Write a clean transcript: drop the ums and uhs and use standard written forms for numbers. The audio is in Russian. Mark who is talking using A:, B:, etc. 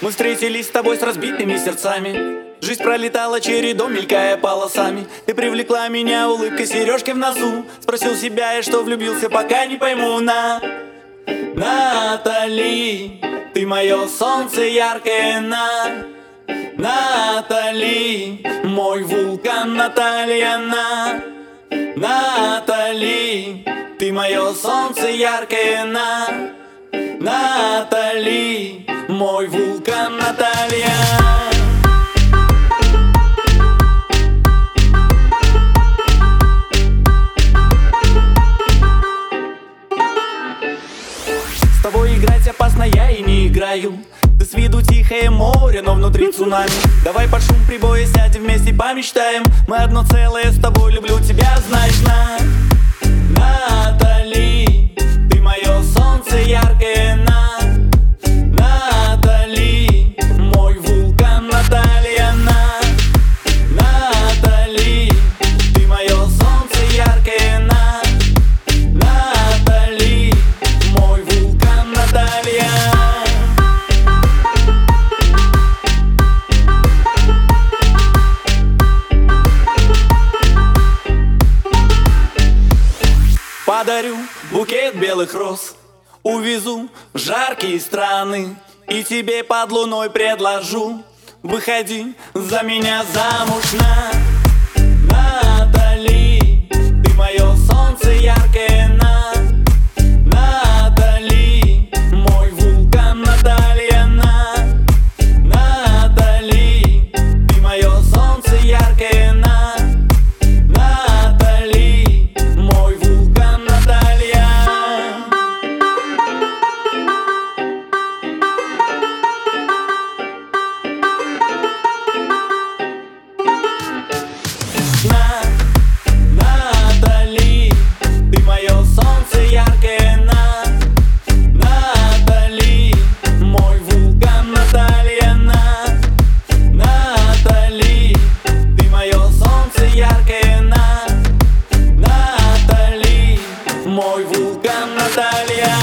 A: Мы встретились с тобой с разбитыми сердцами. Жизнь пролетала чередом, мелькая полосами. Ты привлекла меня улыбкой, сережкой в носу. Спросил себя, я что влюбился, пока не пойму. Натали, ты мое солнце яркое, Натали, мой вулкан, Наталья, Натали, ты мое солнце яркое, Натали, мой вулкан, Наталья. С тобой играть опасно, я и не играю. Ты с виду тихое море, но внутри цунами. Давай под шум прибоя сядем вместе, помечтаем. Мы одно целое с тобой, люблю тебя, знаешь, Натали, ты мое солнце яркое, Натали, мой вулкан, Наталья, Натали, ты мое солнце яркое, Натали, мой вулкан, Наталья. Подарю букет белых роз, увезу в жаркие страны и тебе под луной предложу: выходи за меня замуж, Натали, ты мое солнце яркое, Натали, мой вулкан, Наталья, Натали, ты мое солнце яркое, Натали, мой вулкан, Наталья. Натали, ты мое солнце яркое, Натали, мой вулкан, Наталья, Натали, ты мое солнце яркое, Натали, мой вулкан, Наталья.